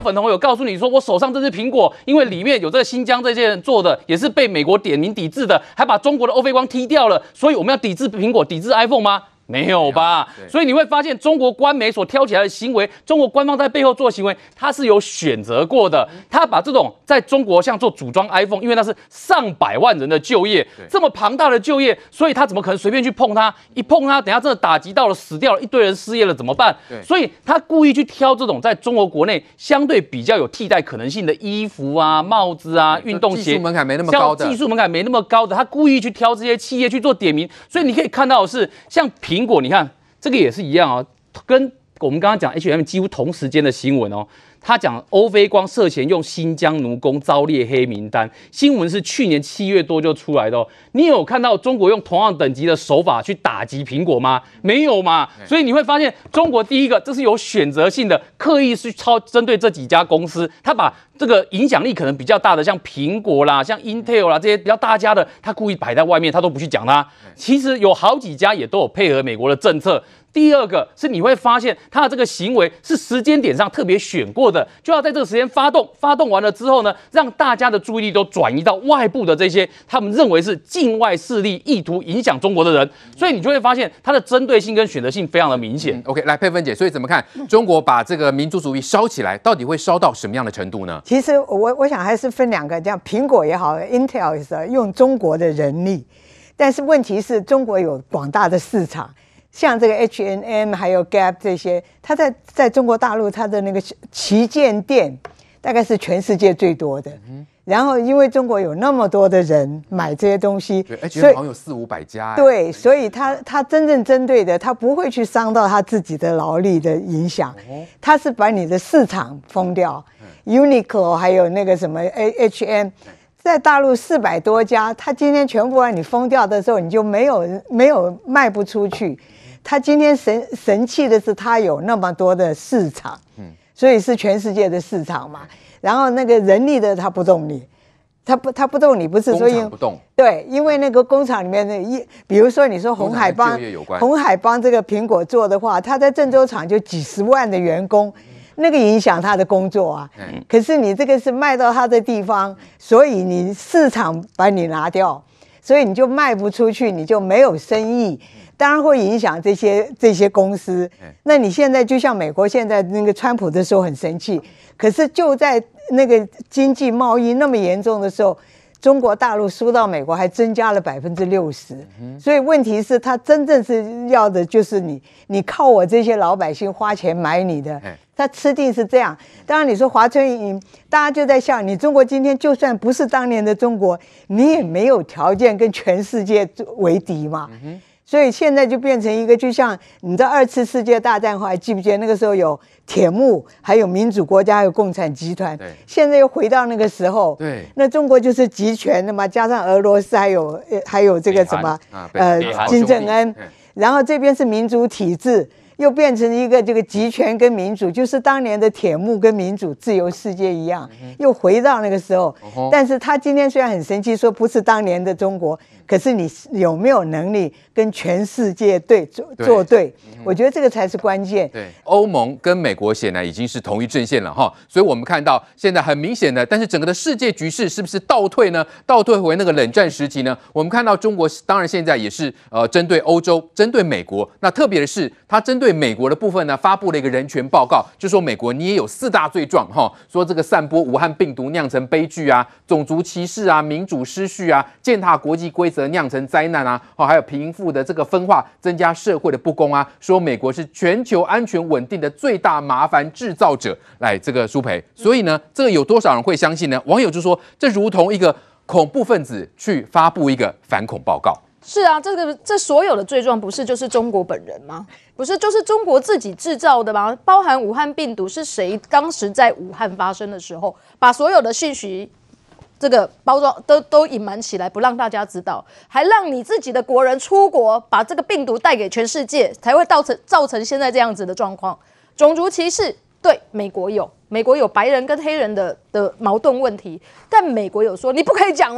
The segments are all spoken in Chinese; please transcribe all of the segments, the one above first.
粉红有告诉你说，我手上这只苹果，因为里面有这个新疆这些人做的，也是被美国点名抵制的，还把中国的欧菲光踢掉了，所以我们要抵制苹果，抵制 iPhone 吗？没有吧？所以你会发现，中国官媒所挑起来的行为，中国官方在背后做的行为，它是有选择过的。他把这种在中国像做组装 iPhone， 因为那是上百万人的就业，这么庞大的就业，所以他怎么可能随便去碰它？一碰它，等下真的打击到了，死掉了，一堆人失业了怎么办？所以他故意去挑这种在中国国内相对比较有替代可能性的衣服啊、帽子啊、运动鞋， 技术门槛没那么高的， 技术门槛没那么高的，他故意去挑这些企业去做点名。所以你可以看到的是，像苹果，你看这个也是一样哦，跟我们刚刚讲 H&M 几乎同时间的新闻哦。他讲欧菲光涉嫌用新疆奴工遭列黑名单，新闻是去年7月多就出来的哦。你有看到中国用同样等级的手法去打击苹果吗？没有嘛。所以你会发现，中国第一个这是有选择性的，刻意去针对这几家公司，他把这个影响力可能比较大的，像苹果啦、像 Intel 啦这些比较大家的，他故意摆在外面，他都不去讲它。其实有好几家也都有配合美国的政策。第二个是你会发现他的这个行为是时间点上特别选过的，就要在这个时间发动，发动完了之后呢，让大家的注意力都转移到外部的这些他们认为是境外势力意图影响中国的人，所以你就会发现它的针对性跟选择性非常的明显。 OK， 来佩芬姐，所以怎么看中国把这个民族主义烧起来，到底会烧到什么样的程度呢？ 其实我想还是分两个，像苹果也好 ，Intel 也是用中国的人力，但是问题是中国有广大的市场。像这个 H&M 还有 Gap 这些，它在中国大陆它的那个旗舰店大概是全世界最多的。然后因为中国有那么多的人买这些东西， 对 H&M 好像有400-500家。 对，所以它真正针对的，它不会去伤到它自己的劳力的影响，它是把你的市场封掉。Uniqlo 还有那个什么 H&M。在大陆400多家，他今天全部把你封掉的时候，你就没有卖不出去。他今天神气的是，他有那么多的市场，所以是全世界的市场嘛。然后那个人力的他不动你，他不动你，不是说工厂不动， 对，因为那个工厂里面的比如说你说鸿海帮这个苹果做的话，他在郑州厂就几十万的员工。那个影响他的工作啊，可是你这个是卖到他的地方，所以你市场把你拿掉，所以你就卖不出去，你就没有生意，当然会影响这些公司。那你现在就像美国现在那个川普的时候很生气，可是就在那个经济贸易那么严重的时候，中国大陆输到美国还增加了60%，所以问题是他真正是要的就是你靠我这些老百姓花钱买你的。他吃定是这样，当然你说华春莹，大家就在笑你中国今天就算不是当年的中国，你也没有条件跟全世界为敌嘛。所以现在就变成一个，就像你在2次世界大战后，还记不记得那个时候有铁幕，还有民主国家，还有共产集团，现在又回到那个时候。 对， 那中国就是集权的嘛，加上俄罗斯，还有这个什么金正恩，然后这边是民主体制。又变成一个这个集权跟民主，就是当年的铁幕跟民主自由世界一样，又回到那个时候。但是他今天虽然很生气，说不是当年的中国，可是你有没有能力跟全世界作对？我觉得这个才是关键。 对，欧盟跟美国显然已经是同一阵线了哈，所以我们看到现在很明显的，但是整个的世界局势是不是倒退呢？倒退回那个冷战时期呢？我们看到中国当然现在也是针对欧洲、针对美国，那特别的是它针对美国的部分呢，发布了一个人权报告，就说美国你也有4大罪状哈，说这个散播武汉病毒酿成悲剧啊，种族歧视啊，民主失序啊，践踏国际规则酿成灾难啊，还有贫富的这个分化，增加社会的不公啊，说美国是全球安全稳定的最大麻烦制造者。来，这个舒培，所以呢，这个有多少人会相信呢？网友就说，这如同一个恐怖分子去发布一个反恐报告。 是啊，这所有的罪状不是就是中国本人吗？不是就是中国自己制造的吗？包含武汉病毒是谁当时在武汉发生的时候，把所有的信息这个包装都隐瞒起来，不让大家知道，还让你自己的国人出国把这个病毒带给全世界，才会造成现在这样子的状况。种族歧视，对，美国有白人跟黑人的矛盾问题，但美国有说你不可以讲哦，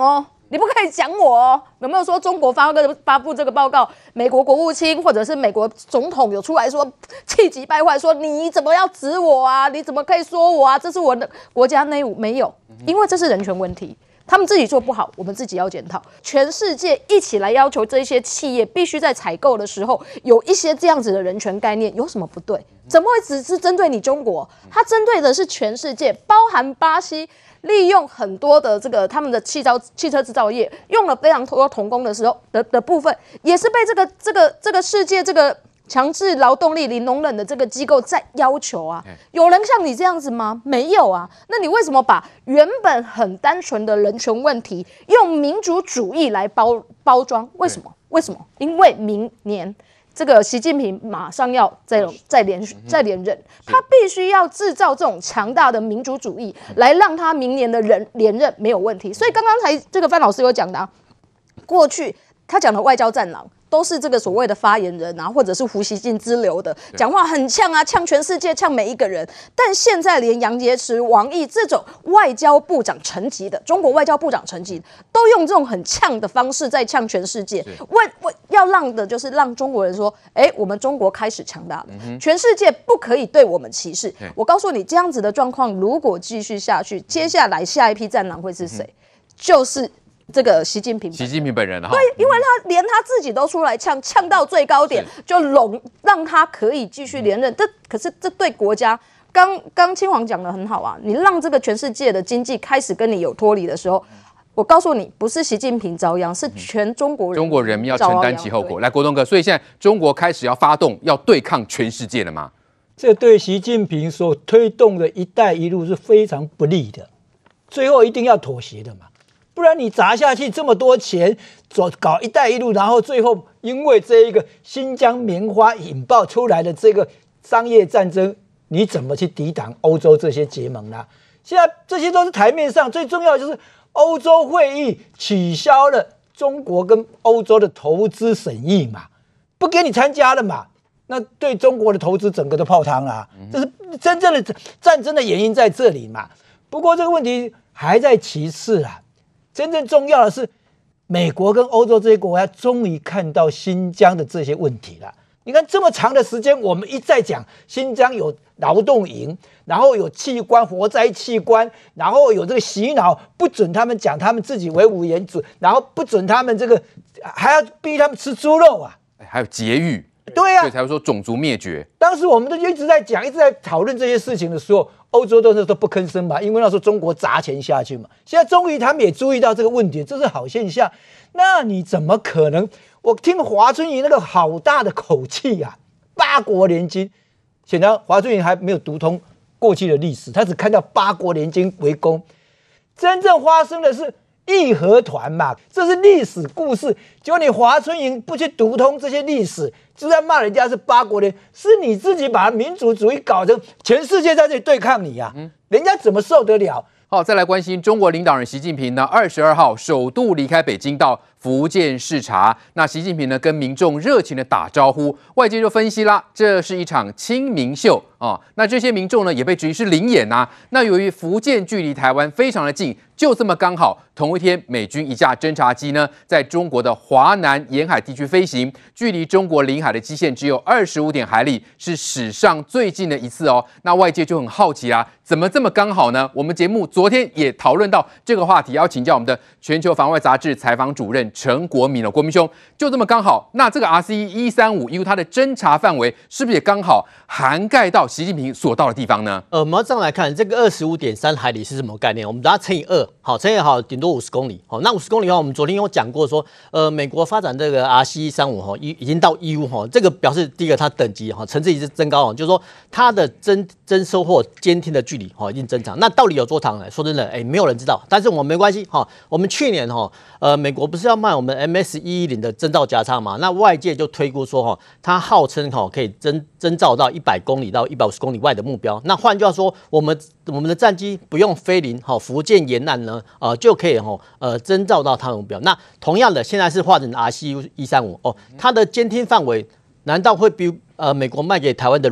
你不可以讲我哦。有没有说中国发布这个报告，美国国务卿或者是美国总统有出来说气急败坏，说你怎么要指我啊？你怎么可以说我啊？这是我的国家内务，没有，因为这是人权问题。他们自己做不好，我们自己要检讨。全世界一起来要求这些企业必须在采购的时候有一些这样子的人权概念，有什么不对？怎么会只是针对你中国？它针对的是全世界，包含巴西。利用很多的这个他们的汽车制造业用了非常多童工的时候的部分，也是被这个世界这个强制劳动力零容忍的这个机构在要求啊。有人像你这样子吗？没有啊。那你为什么把原本很单纯的人权问题用民主主义来包装？为什么？为什么？因为明年。这个习近平马上要再连任，他必须要制造这种强大的民主主义，来让他明年的连任没有问题。所以刚刚才这个范老师有讲的啊，过去他讲的外交战狼都是这个所谓的发言人啊，或者是胡锡进之流的，讲话很呛啊，呛全世界，呛每一个人。但现在连杨洁篪、王毅这种外交部长层级的中国外交部长层级，都用这种很呛的方式在呛全世界。要让的就是让中国人说，我们中国开始强大了，全世界不可以对我们歧视。我告诉你，这样子的状况如果继续下去，接下来下一批战狼会是谁？就是这个习近平本人哈， 对，因为他连他自己都出来呛到最高点，就让他可以继续连任。可是这对国家，刚青黄讲得很好啊，你让这个全世界的经济开始跟你有脱离的时候，我告诉你，不是习近平遭殃，是全中国人民要承担其后果。来，国栋哥，所以现在中国开始要发动要对抗全世界了吗？ 这对习近平所推动的一带一路是非常不利的，最后一定要妥协的嘛。不然你砸下去这么多钱搞一带一路，然后最后因为这一个新疆棉花引爆出来的这个商业战争，你怎么去抵挡欧洲这些结盟呢？现在这些都是台面上，最重要的就是欧洲会议取消了中国跟欧洲的投资审议嘛，不给你参加了嘛，那对中国的投资整个都泡汤了，这是真正的战争的原因在这里嘛。不过这个问题还在其次啊。真正重要的是，美国跟欧洲这些国家终于看到新疆的这些问题了。你看这么长的时间，我们一再讲新疆有劳动营，然后有器官活摘器官，然后有这个洗脑，不准他们讲他们自己维吾原族，然后不准他们这个还要逼他们吃猪肉啊， 还有劫狱。 对啊， 所以才会说种族灭绝。当时我们都一直在讲，一直在讨论这些事情的时候，欧洲都不吭声嘛，因为那时候中国砸钱下去嘛。现在终于他们也注意到这个问题，这是好现象。那你怎么可能？我听华春莹那个好大的口气啊，8国联军，显然华春莹还没有读通过去的历史，他只看到8国联军围攻，真正发生的是义和团嘛，这是历史故事。结果你华春莹不去读通这些历史，就在骂人家是8国联，是你自己把民族主义搞成全世界在这里对抗你啊，人家怎么受得了？ 好，再来关心中国领导人习近平呢，22号首度离开北京到福建视察。那习近平呢跟民众热情的打招呼，外界就分析啦，这是一场亲民秀啊。那这些民众呢也被质疑是灵演啊。那由于福建距离台湾非常的近，就这么刚好同一天，美军一架侦察机呢在中国的华南沿海地区飞行，距离中国领海的基线只有25点海里，是史上最近的一次哦。那外界就很好奇啦，怎么这么刚好呢？我们节目昨天也讨论到这个话题，要请教我们的全球防外杂志采访主任陈国民了，国民兄，就这么刚好，那这个 RC135，因为它的侦察范围是不是也刚好涵盖到习近平所到的地方呢？ 我们要这样来看，这个25.3海里是什么概念？我们把它乘以2，好，乘以好，顶多50公里。好，那50公里的话，我们昨天有讲过说，美国发展这个 RC135哈，已经到义乌哈，这个表示第一个它等级哈，层次一直增高，就是说它的征收或监听的距离哈，已经增长。那到底有多长呢？说真的，没有人知道。但是我们没关系哈，我们去年哈，美国不是要卖我们 MS110的征兆加差嘛？那外界就推估说哈，它号称哈可以征兆到100公里到150公里外的目标。那换句话说，我们的战机不用飞临福建沿岸呢，就可以征兆到它的目标。那同样的，现在是画成 RC135哦，它的监听范围难道会比美国卖给台湾的弱吗？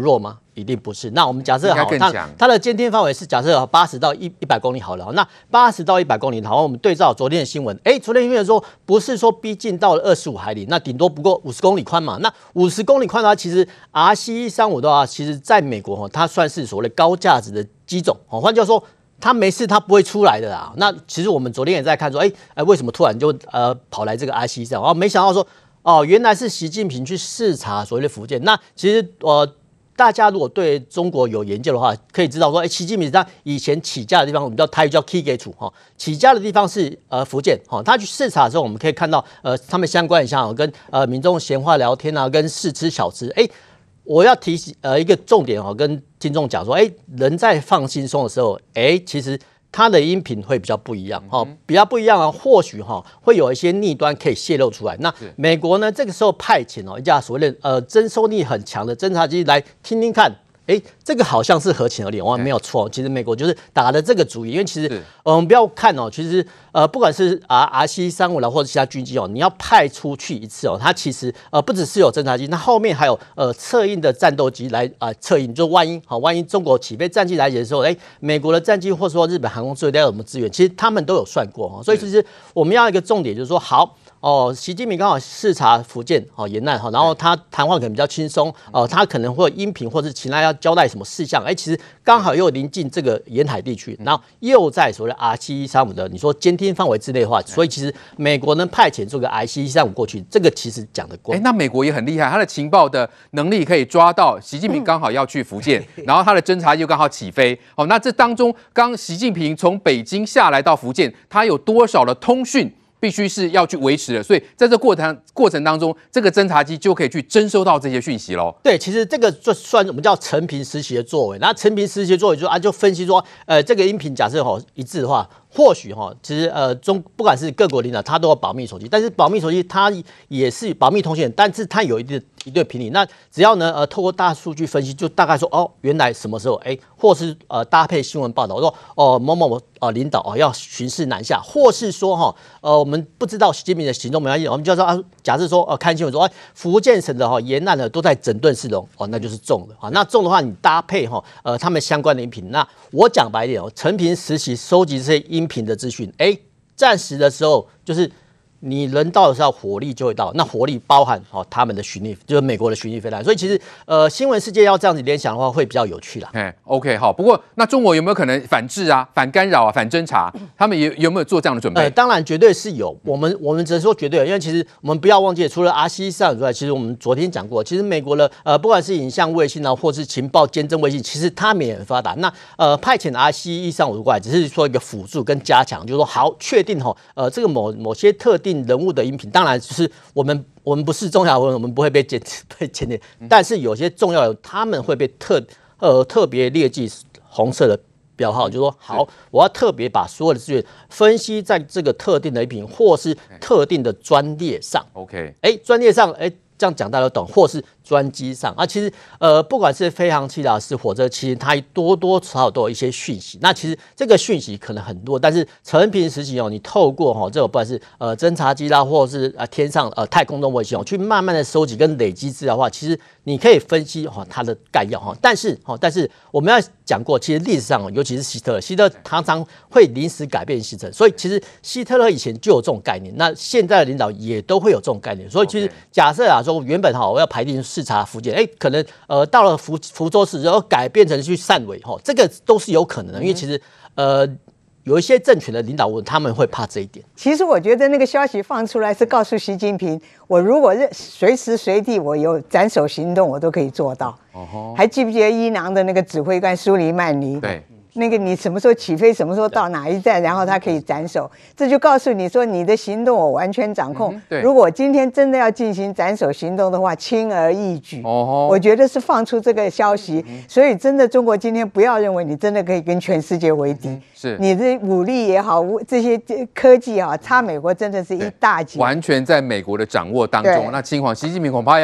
一定不是。那我们假设好， 它的监听范围是假设80到100公里好了。那80到100公里，好，我们对照昨天的新闻，昨天新闻说不是说逼近到了25海里，那顶多不过50公里宽嘛。那50公里宽的话，其实 RC-135的话，其实在美国它算是所谓的高价值的机种。换句话说，它没事，它不会出来的啦。那其实我们昨天也在看说，为什么突然就跑来这个 RC-135？没想到说，原来是习近平去视察所谓的福建。那其实大家如果对中国有研究的话，可以知道说，习近平他以前起家的地方，我们叫台语叫 Key 给处起家的地方是福建他去视察的时候，我们可以看到他们相关像跟民众闲话聊天啊，跟试吃小吃。我要提醒一个重点跟听众讲说，人在放轻松的时候，其实它的音频会比较不一样比较不一样啊，或许会有一些逆端可以泄露出来。那美国呢，这个时候派遣一架所谓的侦收力很强的侦察机来听听看。这个好像是合情合理，没有错。其实美国就是打了这个主意，因为其实我们不要看其实不管是RC-35啦或者其他军机你要派出去一次它其实不只是有侦察机，那后面还有策应的战斗机来策应，就万一中国起飞战机来袭的时候，美国的战机或者说日本航空自卫队要有什么资源，其实他们都有算过所以其实我们要一个重点就是说好。习近平刚好视察福建沿岸然后他谈话可能比较轻松他可能会有音频或者其他要交代什么事项其实刚好又临近这个沿海地区，然后又在所谓的 RC-135的你说监听范围之内的话，所以其实美国能派遣这个 RC-135过去，这个其实讲得过。 那美国也很厉害，他的情报的能力可以抓到习近平刚好要去福建，然后他的侦察又刚好起飞那这当中刚习近平从北京下来到福建，他有多少的通讯必须是要去维持的，所以在这过程当中，这个侦察机就可以去征收到这些讯息咯。 对，其实这个就算我们叫陈平实习的作为，那陈平实习的作为就分析说，这个音频假设一致的话。或许其实不管是各国领导，他都有保密手机，但是保密手机它也是保密通信，但是它有一定频率。那只要呢透过大数据分析，就大概说原来什么时候或是搭配新闻报道说某某领导要巡视南下，或是说我们不知道习近平的行动没关系，我们就说假设说看新闻说福建省的沿岸呢都在整顿市容那就是中的那中的话你搭配他们相关的音频，那我讲白一点陈平实习收集这些音频的资讯，暂时的时候就是你人到的时候，火力就会到。那火力包含他们的巡弋，就是美国的巡弋飞弹。所以其实新闻世界要这样子联想的话，会比较有趣啦。 OK 好。不过那中国有没有可能反制啊、反干扰啊、反侦查？他们有没有做这样的准备？ 当然绝对是有。我们只能说绝对有，因为其实我们不要忘记，除了 RC-135之外，其实我们昨天讲过，其实美国的不管是影像卫星啊，或是情报监侦卫星，其实他们也很发达。那派遣 RC-135过来，只是说一个辅助跟加强，就是说好确定这个某些特定人物的音频，当然就是我们不是重要人物，我们不会被监听，但是有些重要人物他们会被特别列记红色的标号，就是说好，我要特别把所有的资源分析在这个特定的音频或是特定的专列上。 OK， 专列上，这样讲大家都懂，或是专机上其实不管是飞航器啦，是火车，其实它多多少少都有一些讯息。那其实这个讯息可能很多，但是陈平时期你透过这种不管是侦察机啦，或者是天上太空中卫星去慢慢的收集跟累积资料的话，其实你可以分析它的概要但是我们要讲过，其实历史上尤其是希特勒常常会临时改变行程，所以其实希特勒以前就有这种概念，那现在的领导也都会有这种概念。所以其实假设说原本我要排定视察福建，可能到了福州市然后改变成去汕尾这个都是有可能的，因为其实有一些政权的领导人他们会怕这一点。 其实我觉得那个消息放出来是告诉习近平，我如果随时随地我有斩首行动，我都可以做到。还记不记得伊朗的那个指挥官苏黎曼尼？ 对。 那个你什么时候起飞，什么时候到哪一站，然后他可以斩首，这就告诉你说你的行动我完全掌控。如果今天真的要进行斩首行动的话，轻而易举。我觉得是放出这个消息，所以真的中国今天不要认为你真的可以跟全世界为敌。 是你的武力也好，这些科技差美国真的是一大截， 完全在美国的掌握当中。那习近平恐怕要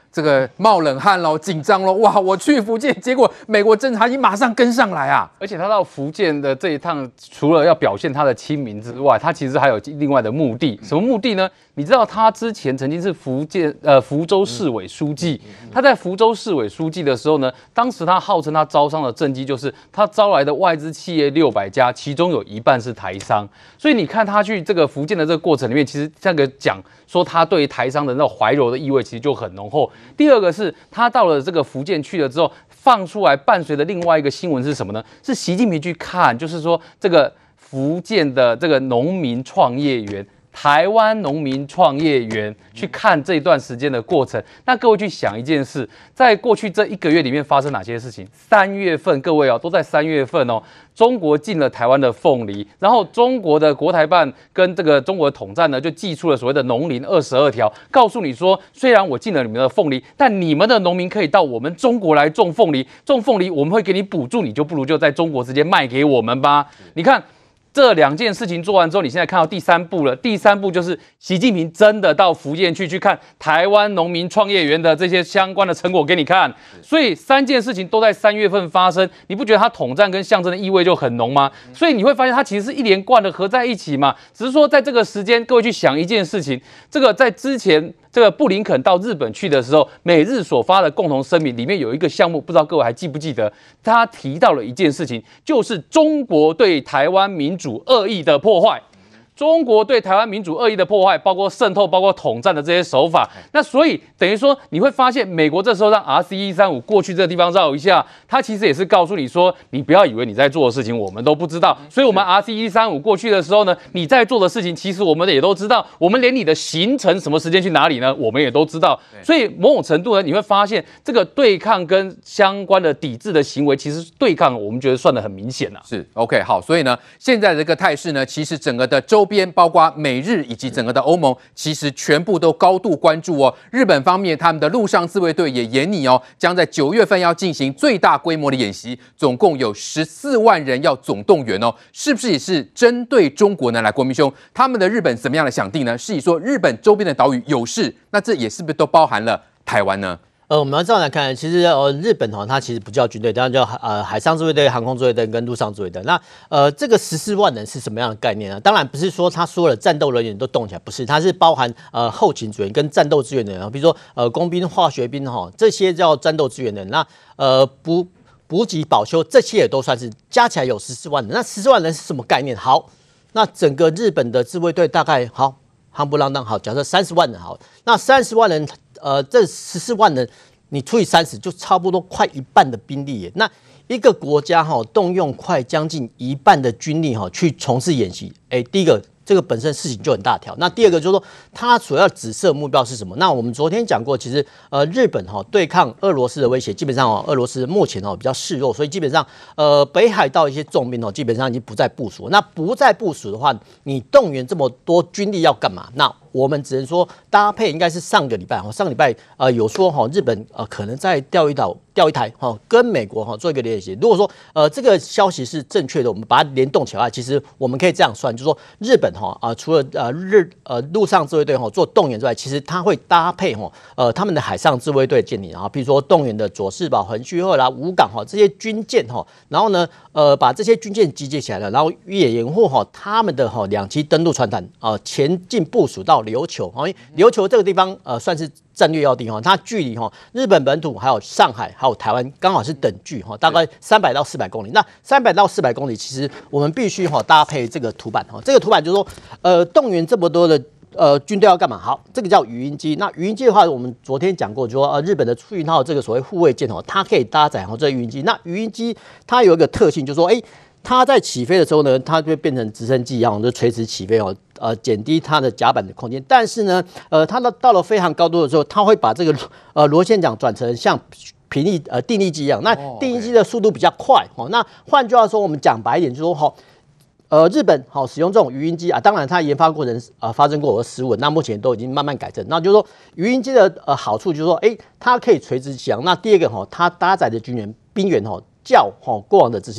这个冒冷汗喽，紧张喽，哇！我去福建，结果美国侦察机马上跟上来啊！ 而且他到福建的这一趟，除了要表现他的亲民之外，他其实还有另外的目的。什么目的呢？你知道他之前曾经是福州市委书记，他在福州市委书记的时候呢，当时他号称他招商的政绩就是他招来的外资企业600家，其中有一半是台商。所以你看他去这个福建的这个过程里面，其实这个讲说他对台商的那种怀柔的意味，其实就很浓厚。第二个是他到了这个福建去了之后，放出来伴随的另外一个新闻是什么呢？是习近平去看，就是说这个福建的这个农民创业园。台湾农民创业园去看这一段时间的过程，那各位去想一件事，在过去这1个月里面发生哪些事情？3月份，各位都在3月份中国进了台湾的凤梨，然后中国的国台办跟这个中国的统战呢，就寄出了所谓的农林22条，告诉你说，虽然我进了你们的凤梨，但你们的农民可以到我们中国来种凤梨，种凤梨我们会给你补助，你就不如就在中国直接卖给我们吧。你看。这2件事情做完之后，你现在看到第3步了。第3步就是习近平真的到福建去看台湾农民创业园的这些相关的成果给你看。所以3件事情都在3月份发生，你不觉得它统战跟象征的意味就很浓吗？所以你会发现它其实是一连贯的合在一起嘛。只是说在这个时间，各位去想一件事情，这个在之前。这个布林肯到日本去的时候，美日所发的共同声明里面有一个项目，不知道各位还记不记得？他提到了一件事情，就是中国对台湾民主恶意的破坏。中国对台湾民主恶意的破坏，包括渗透、包括统战的这些手法。那所以等于说，你会发现美国这时候让 RC-135过去这个地方绕一下，它其实也是告诉你说，你不要以为你在做的事情我们都不知道。所以我们 RC-135过去的时候呢，你在做的事情其实我们也都知道，我们连你的行程什么时间去哪里呢，我们也都知道。所以某种程度呢，你会发现这个对抗跟相关的抵制的行为，其实对抗我们觉得算得很明显了。 是 OK 好，所以呢，现在这个态势呢，其实整个的周边包括美日以及整个的欧盟，其实全部都高度关注哦。日本方面，他们的陆上自卫队也研拟将在9月份要进行最大规模的演习，总共有14万人要总动员哦。是不是也是针对中国呢？来，国民兄，他们的日本怎么样的想定呢？是以说日本周边的岛屿有事，那这也是不是都包含了台湾呢？ 我们要这样来看，其实日本它其实不叫军队，它叫海上自卫队、航空自卫队跟陆上自卫队。那这个14万人是什么样的概念呢？当然不是说他所有的战斗人员都动起来，不是，它是包含后勤支援跟战斗支援的人，比如说工兵、化学兵这些叫战斗支援的人。那补给、保修这些也都算是，加起来有14万人。那14万人是什么概念？好，那整个日本的自卫队大概好。夯不啷当好，假设30万人好，那30万人，这14万人，你除以30，就差不多快一半的兵力耶。那一个国家动用快将近一半的军力去从事演习，第一个。这个本身事情就很大条。那第二个就是说，它主要指涉目标是什么？那我们昨天讲过，其实日本对抗俄罗斯的威胁，基本上俄罗斯目前比较示弱，所以基本上北海道一些重兵基本上已经不再部署。那不再部署的话，你动员这么多军力要干嘛？那我们只能说搭配应该是上个礼拜有说日本可能在钓鱼台跟美国做一个联系。如果说这个消息是正确的，我们把它联动起来，其实我们可以这样算，就是说日本除了陆上自卫队做动员之外，其实它会搭配他们的海上自卫队建立，比如说动员的佐世保、横须贺啦、武港这些军舰然后呢把这些军舰集结起来了，然后也掩护他们的2栖登陆船团前进部署到琉球，因为琉球这个地方算是战略要地它距离日本本土还有上海还有台湾刚好是等距大概300到400公里。那300到400公里，其实我们必须搭配这个图版这个图版就是说动员这么多的军队要干嘛？好，这个叫鱼鹰机。那鱼鹰机的话，我们昨天讲过，就说日本的出云号这个所谓护卫舰它可以搭载这个鱼鹰机。那鱼鹰机它有一个特性，就是说它在起飞的时候呢，它就会变成直升机一样，就垂直起飞减低它的甲板的空间。但是呢，它到了飞行高度的时候，它会把这个螺旋桨转成像定力机一样。那定力机的速度比较快那换句话说，我们讲白一点，就是说日本使用这种鱼鹰机当然它研发过程发生过失误，那目前都已经慢慢改正。那就是说鱼鹰机的好处就是说，它可以垂直起降。那第二个它搭载的兵员较过往的直升机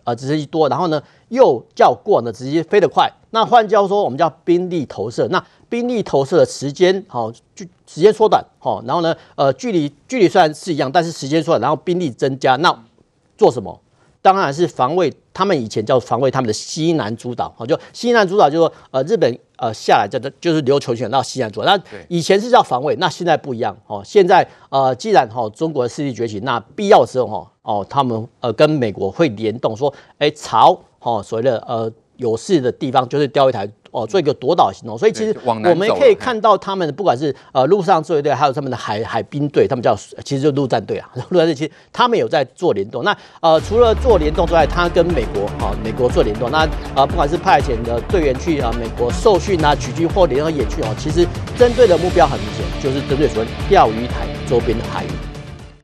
直升机多，然后呢又较过往的直升机飞得快。那换句话说，我们叫兵力投射。那兵力投射的时间时间缩短然后呢距离虽然是一样，但是时间缩短，然后兵力增加。那做什么？当然是防卫，他们以前叫防卫他们的西南诸岛，就西南诸岛，就是说日本下来就是琉球群岛到西南诸岛。那以前是叫防卫，那现在不一样现在既然中国的势力崛起，那必要的时候他们跟美国会联动，说朝所谓的有事的地方就是调一台做一个夺岛行动。所以其实我们可以看到他们不管是陆上自卫队，还有他们的海兵队，他们其实就是陆战队啊。陆战队其实他们有在做联动。那除了做联动之外，他跟美国做联动。那不管是派遣的队员去美国受训啊、取经或联合演训其实针对的目标很明显，就是针对所谓钓鱼台周边的海域。